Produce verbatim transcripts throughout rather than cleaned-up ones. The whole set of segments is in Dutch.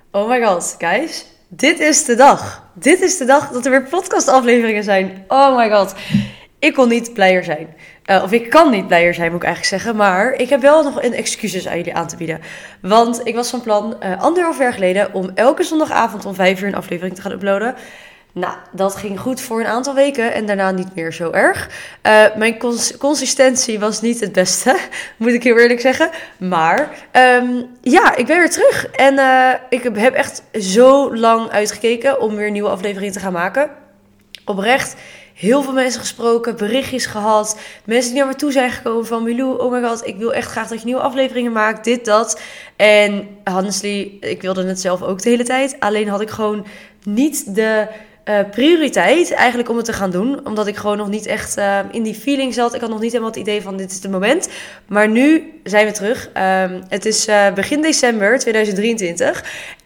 Oh my god, guys. Dit is de dag. Dit is de dag dat er weer podcastafleveringen zijn. Oh my god. Ik kon niet blijer zijn. Uh, of ik kan niet blijer zijn, moet ik eigenlijk zeggen. Maar ik heb wel nog een excuses aan jullie aan te bieden. Want ik was van plan, uh, anderhalf jaar geleden, om elke zondagavond om vijf uur een aflevering te gaan uploaden. Nou, dat ging goed voor een aantal weken en daarna niet meer zo erg. Uh, mijn cons- consistentie was niet het beste, moet ik heel eerlijk zeggen. Maar um, ja, ik ben weer terug. En uh, ik heb echt zo lang uitgekeken om weer een nieuwe aflevering te gaan maken. Oprecht. Heel veel mensen gesproken, berichtjes gehad. Mensen die naar me toe zijn gekomen van... Milou, oh my god, ik wil echt graag dat je nieuwe afleveringen maakt. Dit, dat. En honestly, ik wilde het zelf ook de hele tijd. Alleen had ik gewoon niet de uh, prioriteit eigenlijk om het te gaan doen. Omdat ik gewoon nog niet echt uh, in die feeling zat. Ik had nog niet helemaal het idee van dit is het moment. Maar nu zijn we terug. Um, het is uh, begin december tweeduizend drieëntwintig.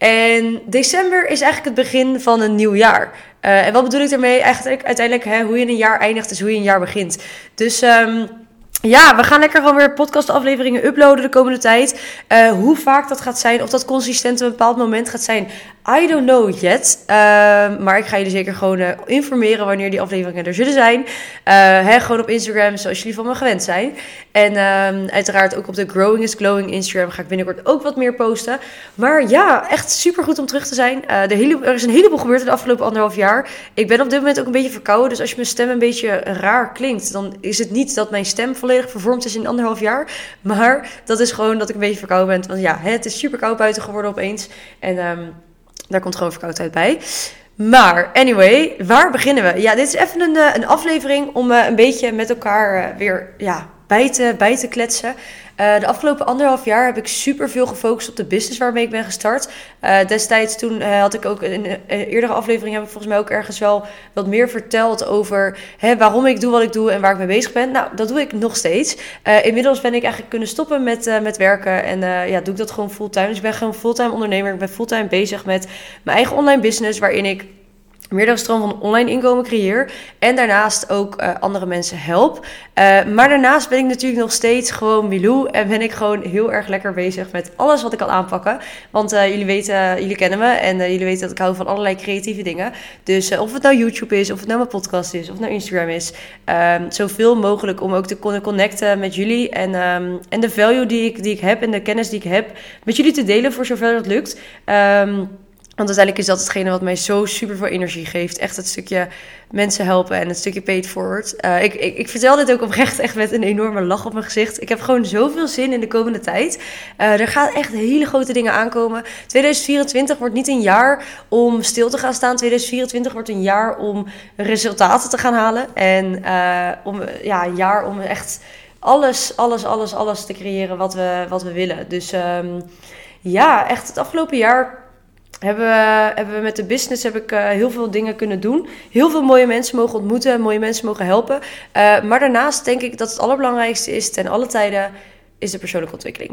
En december is eigenlijk het begin van een nieuw jaar. Uh, en wat bedoel ik daarmee? Eigenlijk uiteindelijk hè, hoe je een jaar eindigt is hoe je een jaar begint. Dus um, ja, we gaan lekker gewoon weer podcastafleveringen uploaden de komende tijd. Uh, hoe vaak dat gaat zijn, of dat consistent een bepaald moment gaat zijn, I don't know yet. Uh, maar ik ga jullie zeker gewoon uh, informeren wanneer die afleveringen er zullen zijn. Uh, hè, gewoon op Instagram, zoals jullie van me gewend zijn. En uh, uiteraard ook op de Growing is Glowing Instagram ga ik binnenkort ook wat meer posten. Maar ja, echt super goed om terug te zijn. Uh, de hele, er is een heleboel gebeurd in de afgelopen anderhalf jaar. Ik ben op dit moment ook een beetje verkouden. Dus als je mijn stem een beetje raar klinkt, dan is het niet dat mijn stem volledig vervormd is in anderhalf jaar. Maar dat is gewoon dat ik een beetje verkouden ben. Want ja, het is super koud buiten geworden opeens. En um, daar komt gewoon verkoudheid bij. Maar anyway, waar beginnen we? Ja, dit is even een, een aflevering om uh, een beetje met elkaar uh, weer ja, bij, te, bij te kletsen. Uh, de afgelopen anderhalf jaar heb ik super veel gefocust op de business waarmee ik ben gestart. Uh, destijds toen uh, had ik ook in een, een eerdere aflevering heb ik volgens mij ook ergens wel wat meer verteld over hè, waarom ik doe wat ik doe en waar ik mee bezig ben. Nou, dat doe ik nog steeds. Uh, inmiddels ben ik eigenlijk kunnen stoppen met, uh, met werken en uh, ja, doe ik dat gewoon fulltime. Dus ik ben gewoon fulltime ondernemer. Ik ben fulltime bezig met mijn eigen online business waarin ik meerdere stroom van online inkomen creëer. En daarnaast ook uh, andere mensen help. Uh, maar daarnaast ben ik natuurlijk nog steeds gewoon Milou. En ben ik gewoon heel erg lekker bezig met alles wat ik kan aanpakken. Want uh, jullie weten, uh, jullie kennen me. En uh, jullie weten dat ik hou van allerlei creatieve dingen. Dus uh, of het nou YouTube is, of het nou mijn podcast is, of het nou Instagram is. Um, zoveel mogelijk om ook te kunnen connecten met jullie. En, um, en de value die ik, die ik heb en de kennis die ik heb met jullie te delen voor zover dat lukt. Um, Want uiteindelijk is dat hetgene wat mij zo super veel energie geeft. Echt het stukje mensen helpen en het stukje pay it forward. Uh, ik, ik, ik vertel dit ook oprecht echt met een enorme lach op mijn gezicht. Ik heb gewoon zoveel zin in de komende tijd. Uh, er gaan echt hele grote dingen aankomen. tweeduizend vierentwintig wordt niet een jaar om stil te gaan staan. tweeduizend vierentwintig wordt een jaar om resultaten te gaan halen. En uh, om, ja, een jaar om echt alles, alles, alles, alles te creëren wat we, wat we willen. Dus um, ja, echt het afgelopen jaar Hebben we, hebben we met de business heb ik uh, heel veel dingen kunnen doen. Heel veel mooie mensen mogen ontmoeten, mooie mensen mogen helpen. Uh, maar daarnaast denk ik dat het allerbelangrijkste is ten alle tijden is de persoonlijke ontwikkeling.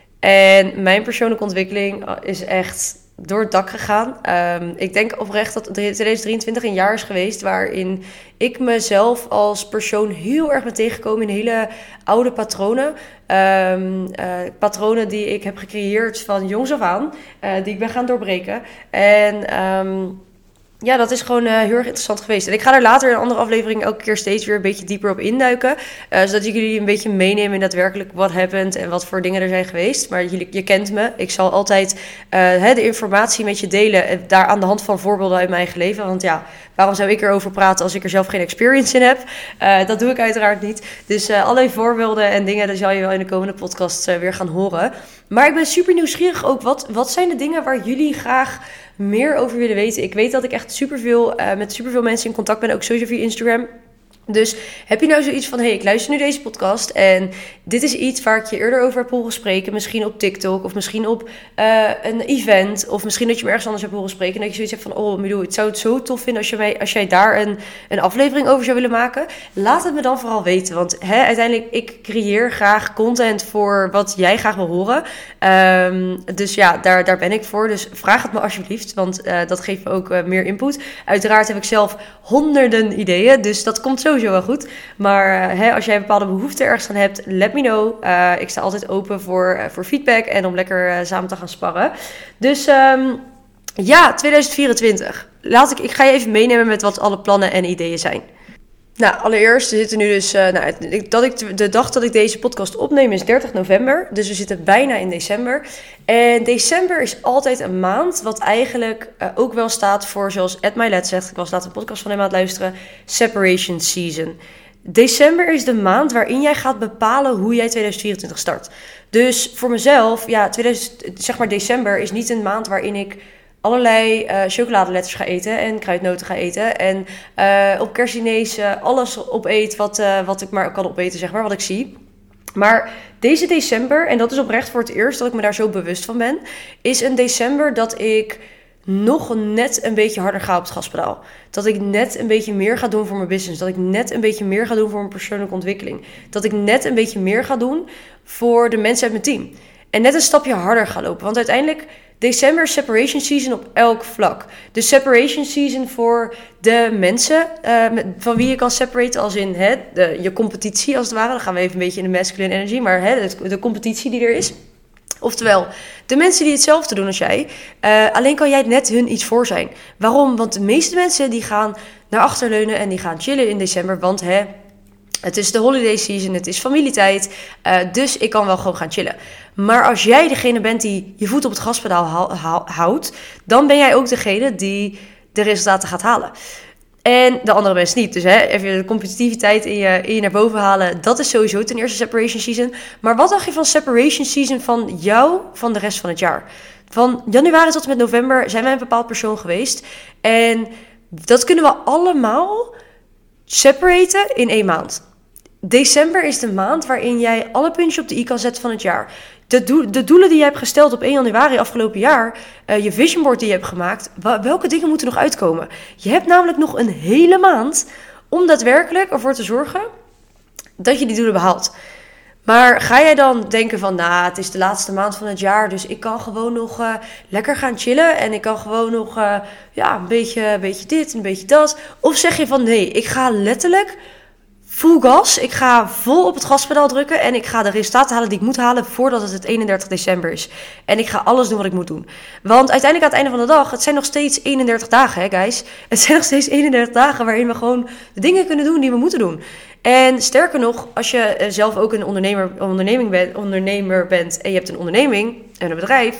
En mijn persoonlijke ontwikkeling is echt door het dak gegaan. Um, ik denk oprecht dat tweeduizend drieëntwintig een jaar is geweest waarin ik mezelf als persoon heel erg ben tegengekomen in hele oude patronen. Um, uh, patronen die ik heb gecreëerd van jongs af aan, uh, die ik ben gaan doorbreken. En um, ja, dat is gewoon uh, heel erg interessant geweest. En ik ga er later in een andere aflevering elke keer steeds weer een beetje dieper op induiken. Uh, zodat ik jullie een beetje meeneem in daadwerkelijk what happened en wat voor dingen er zijn geweest. Maar jullie, je kent me. Ik zal altijd uh, hè, de informatie met je delen. Daar aan de hand van voorbeelden uit mijn eigen leven. Want ja, waarom zou ik erover praten als ik er zelf geen experience in heb? Uh, dat doe ik uiteraard niet. Dus uh, allerlei voorbeelden en dingen, dat zal je wel in de komende podcast uh, weer gaan horen. Maar ik ben super nieuwsgierig ook. Wat, wat zijn de dingen waar jullie graag meer over willen weten? Ik weet dat ik echt superveel, uh, met superveel mensen in contact ben, ook sowieso via Instagram. Dus heb je nou zoiets van, hey, ik luister nu deze podcast en dit is iets waar ik je eerder over heb horen spreken, misschien op TikTok of misschien op uh, een event of misschien dat je me ergens anders hebt horen spreken en dat je zoiets hebt van, oh Milou, ik zou het zo tof vinden als, je mij, als jij daar een, een aflevering over zou willen maken. Laat het me dan vooral weten, want hè, uiteindelijk, ik creëer graag content voor wat jij graag wil horen. Um, dus ja, daar, daar ben ik voor. Dus vraag het me alsjeblieft, want uh, dat geeft me ook uh, meer input. Uiteraard heb ik zelf honderden ideeën, dus dat komt sowieso wel goed. Maar uh, hè, als jij een bepaalde behoefte ergens aan hebt, let me know. Uh, ik sta altijd open voor, uh, voor feedback en om lekker uh, samen te gaan sparren. Dus um, ja, tweeduizend vierentwintig. Laat ik, ik ga je even meenemen met wat alle plannen en ideeën zijn. Nou, allereerst, we zitten nu dus... Uh, nou, dat ik, de dag dat ik deze podcast opneem is dertig november. Dus we zitten bijna in december. En december is altijd een maand wat eigenlijk uh, ook wel staat voor, zoals Ed Milet zegt, ik was later een podcast van hem aan het luisteren, separation season. December is de maand waarin jij gaat bepalen hoe jij tweeduizend vierentwintig start. Dus voor mezelf, ja, tweeduizend, zeg maar december is niet een maand waarin ik allerlei uh, chocoladeletters ga eten en kruidnoten ga eten. En uh, op kerstdiners uh, alles opeet wat, uh, wat ik maar kan opeten, zeg maar, wat ik zie. Maar deze december, en dat is oprecht voor het eerst dat ik me daar zo bewust van ben, is een december dat ik nog net een beetje harder ga op het gaspedaal. Dat ik net een beetje meer ga doen voor mijn business. Dat ik net een beetje meer ga doen voor mijn persoonlijke ontwikkeling. Dat ik net een beetje meer ga doen voor de mensen uit mijn team. En net een stapje harder ga lopen. Want uiteindelijk, december is separation season op elk vlak. De separation season voor de mensen uh, van wie je kan separaten. Als in hè, de, je competitie als het ware. Dan gaan we even een beetje in de masculine energy. Maar hè, de, de competitie die er is. Oftewel, de mensen die hetzelfde doen als jij, uh, alleen kan jij net hun iets voor zijn. Waarom? Want de meeste mensen die gaan naar achter leunen en die gaan chillen in december. Want hè, het is de holiday season, het is familietijd, uh, dus ik kan wel gewoon gaan chillen. Maar als jij degene bent die je voet op het gaspedaal hou, hou, houdt, dan ben jij ook degene die de resultaten gaat halen. En de andere mensen niet. Dus hè, even de competitiviteit in je, in je naar boven halen. Dat is sowieso ten eerste separation season. Maar wat dacht je van separation season van jou van de rest van het jaar? Van januari tot en met november zijn wij een bepaald persoon geweest. En dat kunnen we allemaal separaten in één maand. December is de maand waarin jij alle puntjes op de i kan zetten van het jaar. De, do- de doelen die je hebt gesteld op één januari afgelopen jaar, uh, je vision board die je hebt gemaakt, wa- welke dingen moeten nog uitkomen? Je hebt namelijk nog een hele maand om daadwerkelijk ervoor te zorgen dat je die doelen behaalt. Maar ga jij dan denken van, nou, het is de laatste maand van het jaar, dus ik kan gewoon nog uh, lekker gaan chillen en ik kan gewoon nog uh, ja, een beetje, een beetje dit, een beetje dat. Of zeg je van, nee, ik ga letterlijk full gas. Ik ga vol op het gaspedaal drukken en ik ga de resultaten halen die ik moet halen voordat het het eenendertig december is. En ik ga alles doen wat ik moet doen. Want uiteindelijk aan het einde van de dag, het zijn nog steeds eenendertig dagen, hè guys. Het zijn nog steeds eenendertig dagen waarin we gewoon de dingen kunnen doen die we moeten doen. En sterker nog, als je zelf ook een ondernemer, onderneming bent, ondernemer bent en je hebt een onderneming en een bedrijf,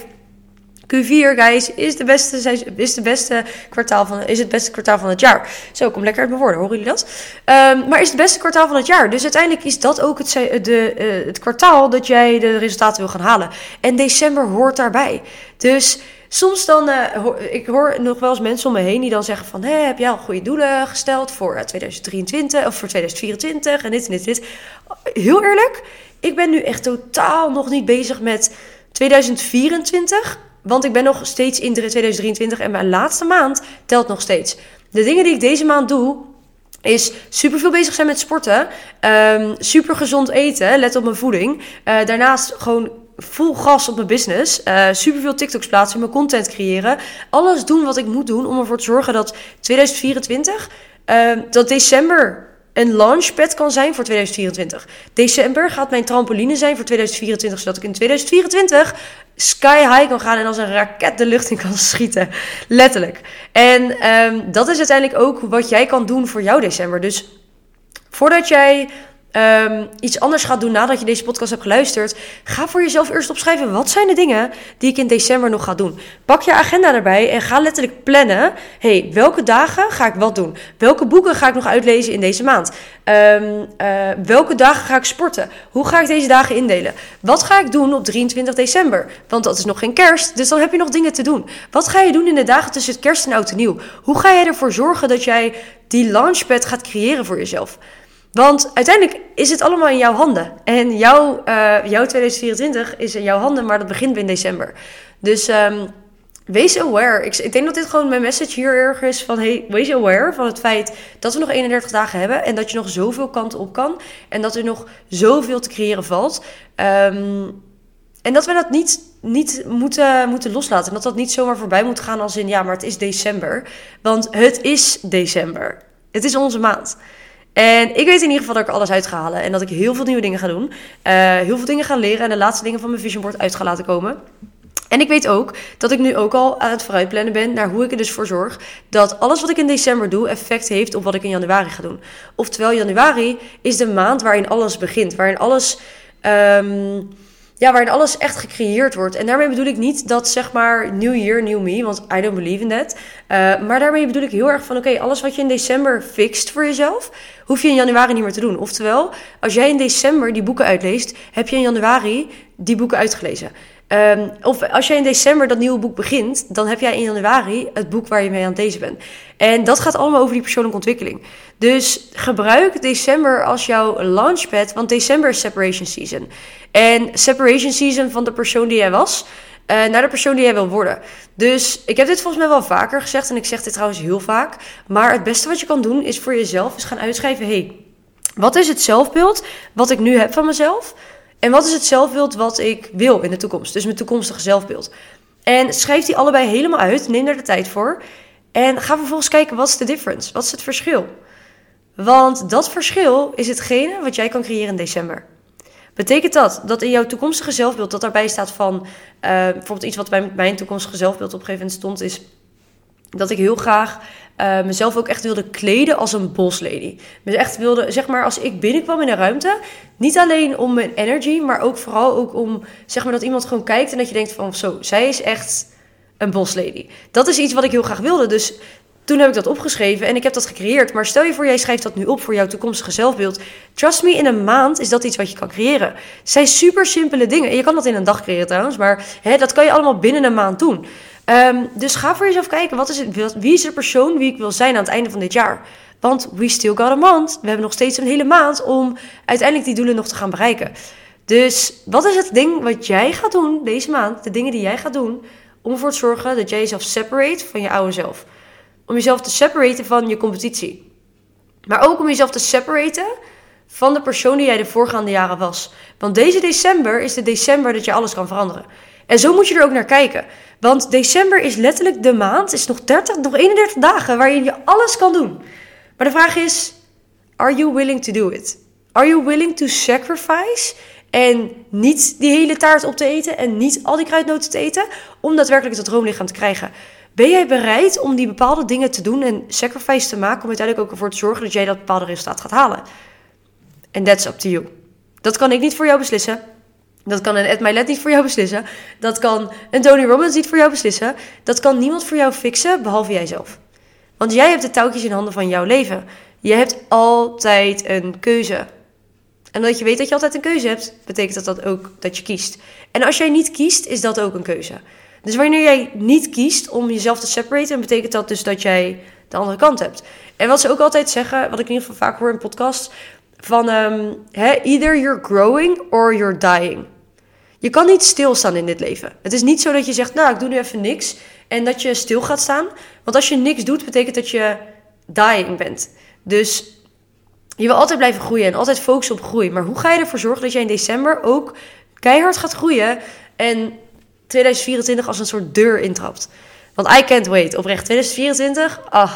Q vier, guys, is, de beste, is, de beste kwartaal van, is het beste kwartaal van het jaar. Zo, kom lekker uit mijn woorden, horen jullie dat? Um, maar is het beste kwartaal van het jaar. Dus uiteindelijk is dat ook het, de, uh, het kwartaal dat jij de resultaten wil gaan halen. En december hoort daarbij. Dus soms dan, uh, hoor, ik hoor nog wel eens mensen om me heen die dan zeggen van, hé, heb jij al goede doelen gesteld voor uh, tweeduizend drieëntwintig of voor tweeduizend vierentwintig en dit en dit en dit. Heel eerlijk, ik ben nu echt totaal nog niet bezig met tweeduizend vierentwintig. Want ik ben nog steeds in tweeduizend drieëntwintig en mijn laatste maand telt nog steeds. De dingen die ik deze maand doe, is super veel bezig zijn met sporten. Um, super gezond eten, let op mijn voeding. Uh, daarnaast gewoon full gas op mijn business. Uh, super veel TikToks plaatsen, mijn content creëren. Alles doen wat ik moet doen om ervoor te zorgen dat tweeduizend vierentwintig, uh, dat december een launchpad kan zijn voor tweeduizend vierentwintig. December gaat mijn trampoline zijn voor tweeduizend vierentwintig, zodat ik in tweeduizend vierentwintig sky high kan gaan en als een raket de lucht in kan schieten. Letterlijk. En um, dat is uiteindelijk ook wat jij kan doen voor jouw december. Dus voordat jij Um, iets anders gaat doen nadat je deze podcast hebt geluisterd, ga voor jezelf eerst opschrijven, wat zijn de dingen die ik in december nog ga doen. Pak je agenda erbij en ga letterlijk plannen, hey, welke dagen ga ik wat doen? Welke boeken ga ik nog uitlezen in deze maand? Um, uh, welke dagen ga ik sporten? Hoe ga ik deze dagen indelen? Wat ga ik doen op drieëntwintig december? Want dat is nog geen kerst, dus dan heb je nog dingen te doen. Wat ga je doen in de dagen tussen het kerst en oud en nieuw? Hoe ga jij ervoor zorgen dat jij die launchpad gaat creëren voor jezelf? Want uiteindelijk is het allemaal in jouw handen. En jouw, uh, jouw tweeduizend vierentwintig is in jouw handen, maar dat begint in december. Dus um, wees aware. Ik, ik denk dat dit gewoon mijn message hier erg is van, hey, wees aware van het feit dat we nog eenendertig dagen hebben en dat je nog zoveel kanten op kan en dat er nog zoveel te creëren valt. Um, en dat we dat niet, niet moeten, moeten loslaten. En dat dat niet zomaar voorbij moet gaan als in, ja, maar het is december. Want het is december. Het is onze maand. En ik weet in ieder geval dat ik er alles uit ga halen. En dat ik heel veel nieuwe dingen ga doen. Uh, heel veel dingen ga leren. En de laatste dingen van mijn vision board uit ga laten komen. En ik weet ook dat ik nu ook al aan het vooruitplannen ben naar hoe ik er dus voor zorg dat alles wat ik in december doe effect heeft op wat ik in januari ga doen. Oftewel, januari is de maand waarin alles begint, waarin alles, um, ja, waarin alles echt gecreëerd wordt. En daarmee bedoel ik niet dat, zeg maar, new year, new me, want I don't believe in that. Uh, maar daarmee bedoel ik heel erg van, oké, okay, alles wat je in december fixt voor jezelf, hoef je in januari niet meer te doen. Oftewel, als jij in december die boeken uitleest, heb je in januari die boeken uitgelezen. Um, of als jij in december dat nieuwe boek begint, dan heb jij in januari het boek waar je mee aan het lezen bent. En dat gaat allemaal over die persoonlijke ontwikkeling. Dus gebruik december als jouw launchpad, want december is separation season. En separation season van de persoon die jij was, uh, naar de persoon die jij wil worden. Dus ik heb dit volgens mij wel vaker gezegd en ik zeg dit trouwens heel vaak. Maar het beste wat je kan doen is voor jezelf is gaan uitschrijven, hey, wat is het zelfbeeld wat ik nu heb van mezelf? En wat is het zelfbeeld wat ik wil in de toekomst? Dus mijn toekomstige zelfbeeld. En schrijf die allebei helemaal uit. Neem daar de tijd voor. En ga vervolgens kijken, wat is de difference? Wat is het verschil? Want dat verschil is hetgene wat jij kan creëren in december. Betekent dat dat in jouw toekomstige zelfbeeld, dat daarbij staat van, uh, bijvoorbeeld iets wat bij mijn toekomstige zelfbeeld op een gegeven moment stond, is dat ik heel graag uh, mezelf ook echt wilde kleden als een boss lady. Dus echt wilde, zeg maar, als ik binnenkwam in een ruimte, niet alleen om mijn energy, maar ook vooral ook om, zeg maar, dat iemand gewoon kijkt en dat je denkt van, zo, zij is echt een boss lady. Dat is iets wat ik heel graag wilde, dus toen heb ik dat opgeschreven en ik heb dat gecreëerd. Maar stel je voor, jij schrijft dat nu op voor jouw toekomstige zelfbeeld. Trust me, in een maand is dat iets wat je kan creëren. Het zijn super simpele dingen. Je kan dat in een dag creëren trouwens, maar hè, dat kan je allemaal binnen een maand doen. Um, dus ga voor jezelf kijken, wat is het, wie is de persoon wie ik wil zijn aan het einde van dit jaar? Want we still got a month. We hebben nog steeds een hele maand om uiteindelijk die doelen nog te gaan bereiken. Dus wat is het ding wat jij gaat doen deze maand? De dingen die jij gaat doen om ervoor te zorgen dat jij jezelf separate van je oude zelf. Om jezelf te separaten van je competitie. Maar ook om jezelf te separaten van de persoon die jij de voorgaande jaren was. Want deze december is de december dat je alles kan veranderen. En zo moet je er ook naar kijken. Want december is letterlijk de maand, is nog, dertig, nog eenendertig dagen waarin je alles kan doen. Maar de vraag is, are you willing to do it? Are you willing to sacrifice en niet die hele taart op te eten en niet al die kruidnoten te eten om daadwerkelijk dat droomlichaam te krijgen? Ben jij bereid om die bepaalde dingen te doen en sacrifice te maken om uiteindelijk ook ervoor te zorgen dat jij dat bepaalde resultaat gaat halen? And that's up to you. Dat kan ik niet voor jou beslissen. Dat kan een Ed Milet niet voor jou beslissen. Dat kan een Tony Robbins niet voor jou beslissen. Dat kan niemand voor jou fixen, behalve jijzelf. Want jij hebt de touwtjes in handen van jouw leven. Je hebt altijd een keuze. En omdat je weet dat je altijd een keuze hebt, betekent dat, dat ook dat je kiest. En als jij niet kiest, is dat ook een keuze. Dus wanneer jij niet kiest om jezelf te separaten, betekent dat dus dat jij de andere kant hebt. En wat ze ook altijd zeggen, wat ik in ieder geval vaak hoor in podcasts, van um, he, either you're growing or you're dying. Je kan niet stilstaan in dit leven. Het is niet zo dat je zegt, nou, ik doe nu even niks en dat je stil gaat staan. Want als je niks doet, betekent dat je dying bent. Dus je wil altijd blijven groeien en altijd focussen op groei. Maar hoe ga je ervoor zorgen dat jij in december ook keihard gaat groeien en tweeduizend vierentwintig als een soort deur intrapt? Want I can't wait. Oprecht, tweeduizend vierentwintig, ah,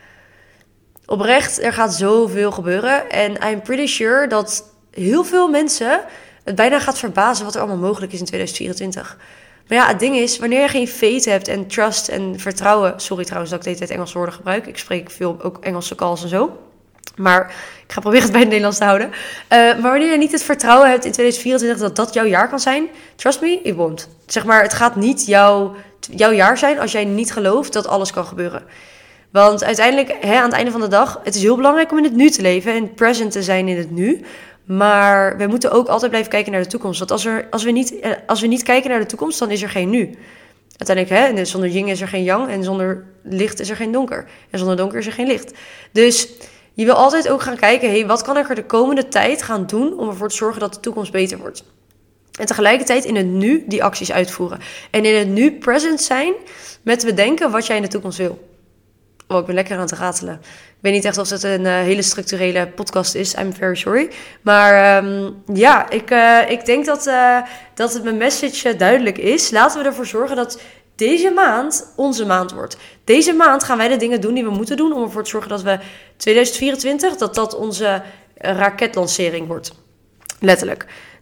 oprecht, er gaat zoveel gebeuren. En I'm pretty sure dat heel veel mensen het bijna gaat verbazen wat er allemaal mogelijk is in tweeduizend vierentwintig. Maar ja, het ding is, wanneer je geen faith hebt en trust en vertrouwen... Sorry trouwens dat ik de hele tijd Engelse woorden gebruik. Ik spreek veel ook Engelse calls en zo. Maar ik ga proberen het bij het Nederlands te houden. Uh, maar wanneer je niet het vertrouwen hebt in tweeduizend vierentwintig dat dat jouw jaar kan zijn, trust me, it won't. Zeg maar, het gaat niet jouw, jouw jaar zijn als jij niet gelooft dat alles kan gebeuren. Want uiteindelijk, hè, aan het einde van de dag, het is heel belangrijk om in het nu te leven en present te zijn in het nu. Maar we moeten ook altijd blijven kijken naar de toekomst. Want als, er, als, we niet, als we niet kijken naar de toekomst, dan is er geen nu. Uiteindelijk, hè, zonder yin is er geen yang en zonder licht is er geen donker. En zonder donker is er geen licht. Dus je wil altijd ook gaan kijken, hey, wat kan ik er de komende tijd gaan doen om ervoor te zorgen dat de toekomst beter wordt. En tegelijkertijd in het nu die acties uitvoeren. En in het nu present zijn met bedenken wat jij in de toekomst wil. Oh, ik ben lekker aan het ratelen. Ik weet niet echt of het een uh, hele structurele podcast is. I'm very sorry. Maar um, ja, ik, uh, ik denk dat, uh, dat het mijn message uh, duidelijk is. Laten we ervoor zorgen dat deze maand onze maand wordt. Deze maand gaan wij de dingen doen die we moeten doen om ervoor te zorgen dat we tweeduizend vierentwintig, dat dat onze raketlancering wordt. Letterlijk.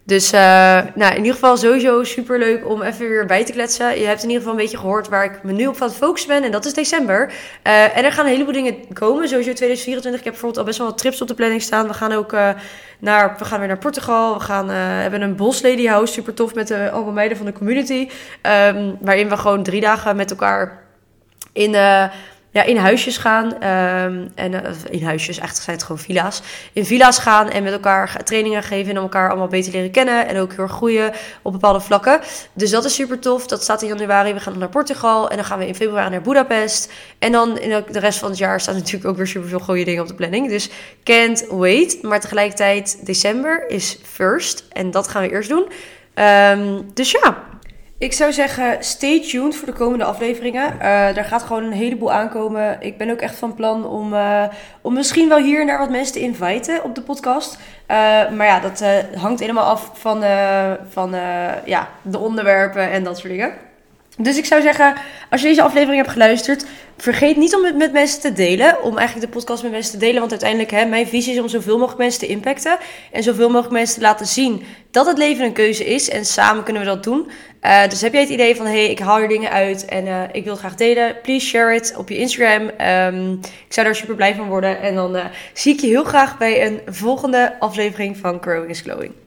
Dus uh, nou, in ieder geval sowieso super leuk om even weer bij te kletsen. Je hebt in ieder geval een beetje gehoord waar ik me nu op aan het focussen ben. En dat is december. Uh, en er gaan een heleboel dingen komen. Sowieso tweeduizend vierentwintig. Ik heb bijvoorbeeld al best wel wat trips op de planning staan. We gaan ook uh, naar, we gaan weer naar Portugal. We gaan, uh, hebben een Boss Lady House. Super tof met de, allemaal meiden van de community. Um, waarin we gewoon drie dagen met elkaar in... Uh, Ja, in huisjes gaan. Um, en uh, in huisjes, eigenlijk zijn het gewoon villa's. In villa's gaan en met elkaar trainingen geven en om elkaar allemaal beter leren kennen. En ook heel erg groeien op bepaalde vlakken. Dus dat is super tof. Dat staat in januari. We gaan nog naar Portugal. En dan gaan we in februari naar Budapest. En dan in de rest van het jaar staan natuurlijk ook weer super veel goede dingen op de planning. Dus can't wait. Maar tegelijkertijd, december is first. En dat gaan we eerst doen. Um, dus ja... Ik zou zeggen, stay tuned voor de komende afleveringen. Uh, daar gaat gewoon een heleboel aankomen. Ik ben ook echt van plan om, uh, om misschien wel hier en daar wat mensen te inviten op de podcast. Uh, maar ja, dat uh, hangt helemaal af van, uh, van uh, ja, de onderwerpen en dat soort dingen. Dus ik zou zeggen, als je deze aflevering hebt geluisterd, vergeet niet om het met mensen te delen. Om eigenlijk de podcast met mensen te delen. Want uiteindelijk, hè, mijn visie is om zoveel mogelijk mensen te impacten. En zoveel mogelijk mensen te laten zien dat het leven een keuze is. En samen kunnen we dat doen. Uh, dus heb jij het idee van, hey, ik haal er dingen uit en uh, ik wil het graag delen. Please share it op je Instagram. Um, ik zou daar super blij van worden. En dan uh, zie ik je heel graag bij een volgende aflevering van Growing is Glowing.